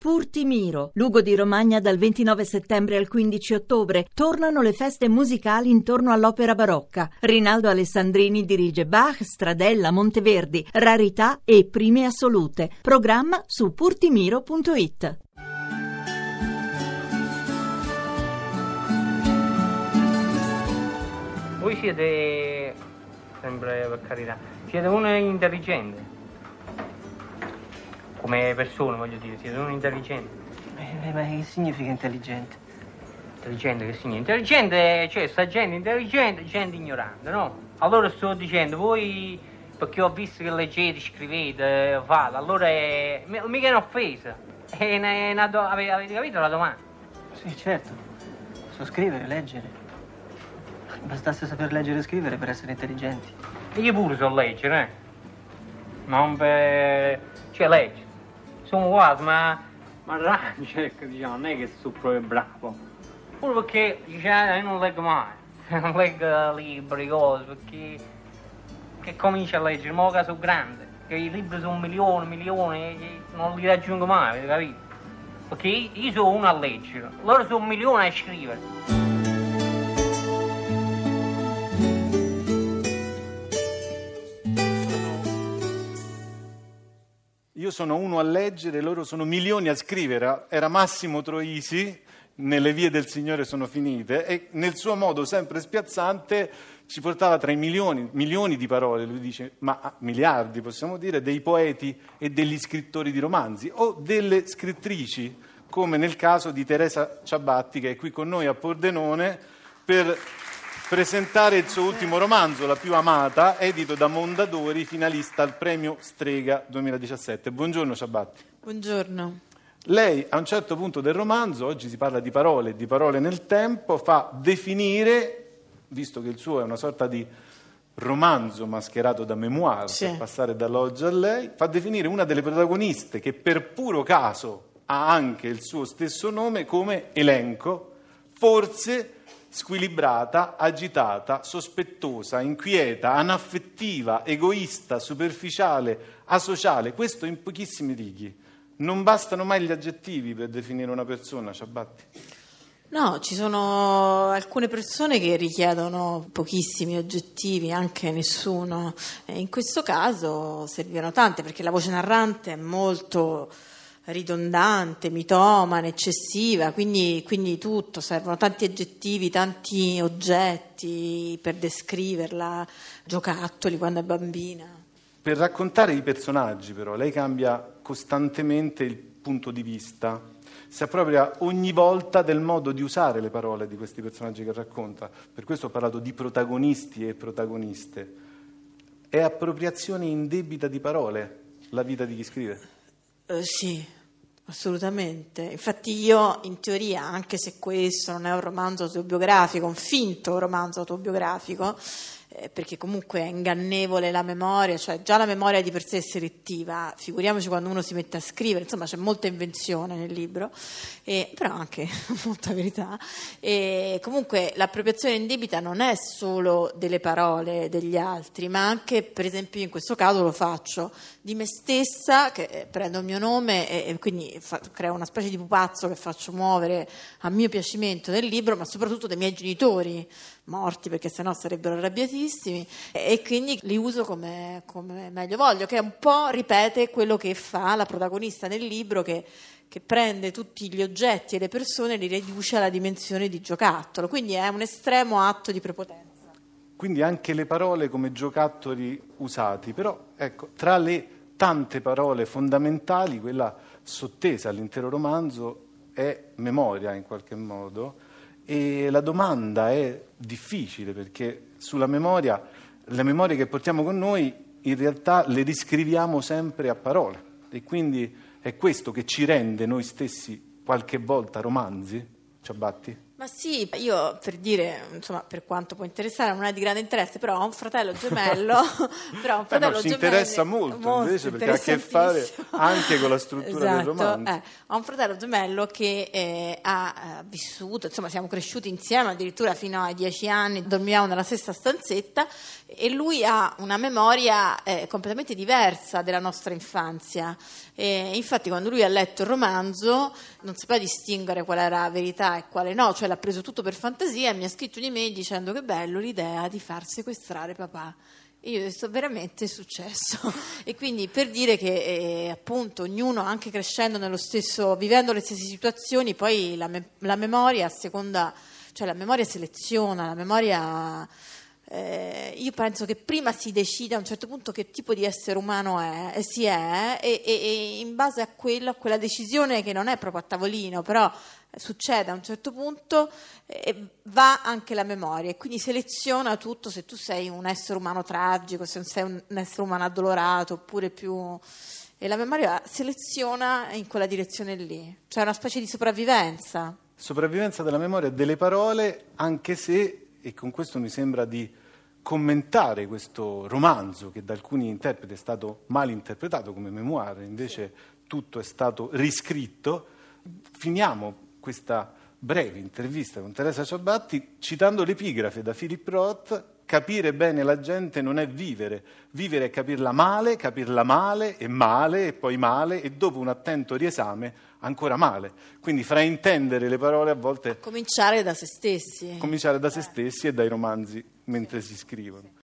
Purtimiro, Lugo di Romagna dal 29 settembre al 15 ottobre. Tornano le feste musicali intorno all'opera barocca. Rinaldo Alessandrini dirige Bach, Stradella, Monteverdi, Rarità e Prime Assolute. Programma su purtimiro.it. Voi siete, sempre per carità, siete uno intelligente. Come persone, voglio dire, siete uno intelligente. Ma che significa intelligente? Intelligente che significa? Intelligente, cioè sta gente intelligente, gente ignorante, no? Allora sto dicendo, voi, perché ho visto che leggete, scrivete, fate, allora mica è un'offesa. Avete capito la domanda? Sì, certo. So scrivere, leggere. Bastasse saper leggere e scrivere per essere intelligenti. E io pure so leggere, Non per... cioè legge. Sono uguali, ma certo, diciamo, non è che sono proprio bravo. Pure perché, diciamo, io non leggo mai. Non leggo libri, cose, perché... che comincio a leggere, ma che sono grande. Che i libri sono milioni, e non li raggiungo mai, avete capito? Perché io sono uno a leggere, loro sono milioni a scrivere. Io sono uno a leggere, loro sono milioni a scrivere. Era Massimo Troisi, nelle vie del Signore sono finite, e nel suo modo sempre spiazzante ci portava tra i milioni di parole, lui dice, ma miliardi possiamo dire, dei poeti e degli scrittori di romanzi, o delle scrittrici, come nel caso di Teresa Ciabatti, che è qui con noi a Pordenone per presentare il suo ultimo romanzo, La più amata, edito da Mondadori, finalista al premio Strega 2017. Buongiorno Ciabatti. Buongiorno. Lei a un certo punto del romanzo, oggi si parla di parole nel tempo, fa definire, visto che il suo è una sorta di romanzo mascherato da memoir, sì, per passare dall'oggi a lei, fa definire una delle protagoniste che per puro caso ha anche il suo stesso nome come elenco, forse squilibrata, agitata, sospettosa, inquieta, anaffettiva, egoista, superficiale, asociale. Questo in pochissimi righi. Non bastano mai gli aggettivi per definire una persona, Ciabatti? No, ci sono alcune persone che richiedono pochissimi aggettivi, anche nessuno. In questo caso servivano tante, perché la voce narrante è molto ridondante, mitomane, eccessiva, quindi tutto, servono tanti aggettivi, tanti oggetti per descriverla, giocattoli quando è bambina. Per raccontare i personaggi però lei cambia costantemente il punto di vista, si appropria ogni volta del modo di usare le parole di questi personaggi che racconta, per questo ho parlato di protagonisti e protagoniste. È appropriazione indebita di parole la vita di chi scrive? Sì, assolutamente. Infatti io, in teoria, anche se questo non è un romanzo autobiografico, un finto romanzo autobiografico, perché comunque è ingannevole la memoria, cioè già la memoria di per sé è selettiva, figuriamoci quando uno si mette a scrivere, insomma c'è molta invenzione nel libro, però anche molta verità, e comunque l'appropriazione indebita non è solo delle parole degli altri, ma anche, per esempio in questo caso lo faccio di me stessa, che prendo il mio nome e quindi creo una specie di pupazzo che faccio muovere a mio piacimento nel libro, ma soprattutto dei miei genitori morti, perché sennò sarebbero arrabbiatissimi, e quindi li uso come meglio voglio, che un po' ripete quello che fa la protagonista nel libro, che prende tutti gli oggetti e le persone e li riduce alla dimensione di giocattolo, quindi è un estremo atto di prepotenza. Quindi anche le parole come giocattoli usati, però ecco, tra le tante parole fondamentali, quella sottesa all'intero romanzo è memoria in qualche modo, e la domanda è difficile perché sulla memoria, le memorie che portiamo con noi in realtà le riscriviamo sempre a parole, e quindi è questo che ci rende noi stessi qualche volta romanzi, Ciabatti? Ma sì, io per dire, insomma, per quanto può interessare, non è di grande interesse, però ho un fratello gemello. Però ho un fratello ci gemello, interessa molto invece, perché ha a che fare anche con la struttura del romanzo. Ho un fratello gemello che ha vissuto, insomma, siamo cresciuti insieme, addirittura fino ai 10 anni dormivamo nella stessa stanzetta, e lui ha una memoria completamente diversa della nostra infanzia. E infatti quando lui ha letto il romanzo non sapeva distinguere qual era verità e quale no, cioè l'ha preso tutto per fantasia e mi ha scritto un'email dicendo che bello l'idea di far sequestrare papà. E io ho detto veramente è successo. E quindi per dire che appunto ognuno, anche crescendo nello stesso, vivendo le stesse situazioni, poi la memoria a seconda, cioè la memoria seleziona, la memoria... io penso che prima si decide a un certo punto che tipo di essere umano si è, e in base a quella decisione, che non è proprio a tavolino, però succede a un certo punto, va anche la memoria, e quindi seleziona tutto. Se tu sei un essere umano tragico, se sei un essere umano addolorato, oppure più... E la memoria seleziona in quella direzione lì, cioè una specie di sopravvivenza. Sopravvivenza della memoria delle parole, anche se, e con questo mi sembra di commentare questo romanzo che da alcuni interpreti è stato mal interpretato come memoir, invece tutto è stato riscritto. Finiamo questa breve intervista con Teresa Ciabatti citando l'epigrafe da Philip Roth: capire bene la gente non è vivere, vivere è capirla male e poi male, e dopo un attento riesame ancora male. Quindi fraintendere le parole a volte... Cominciare da se stessi. Cominciare da se stessi e dai romanzi mentre si scrivono.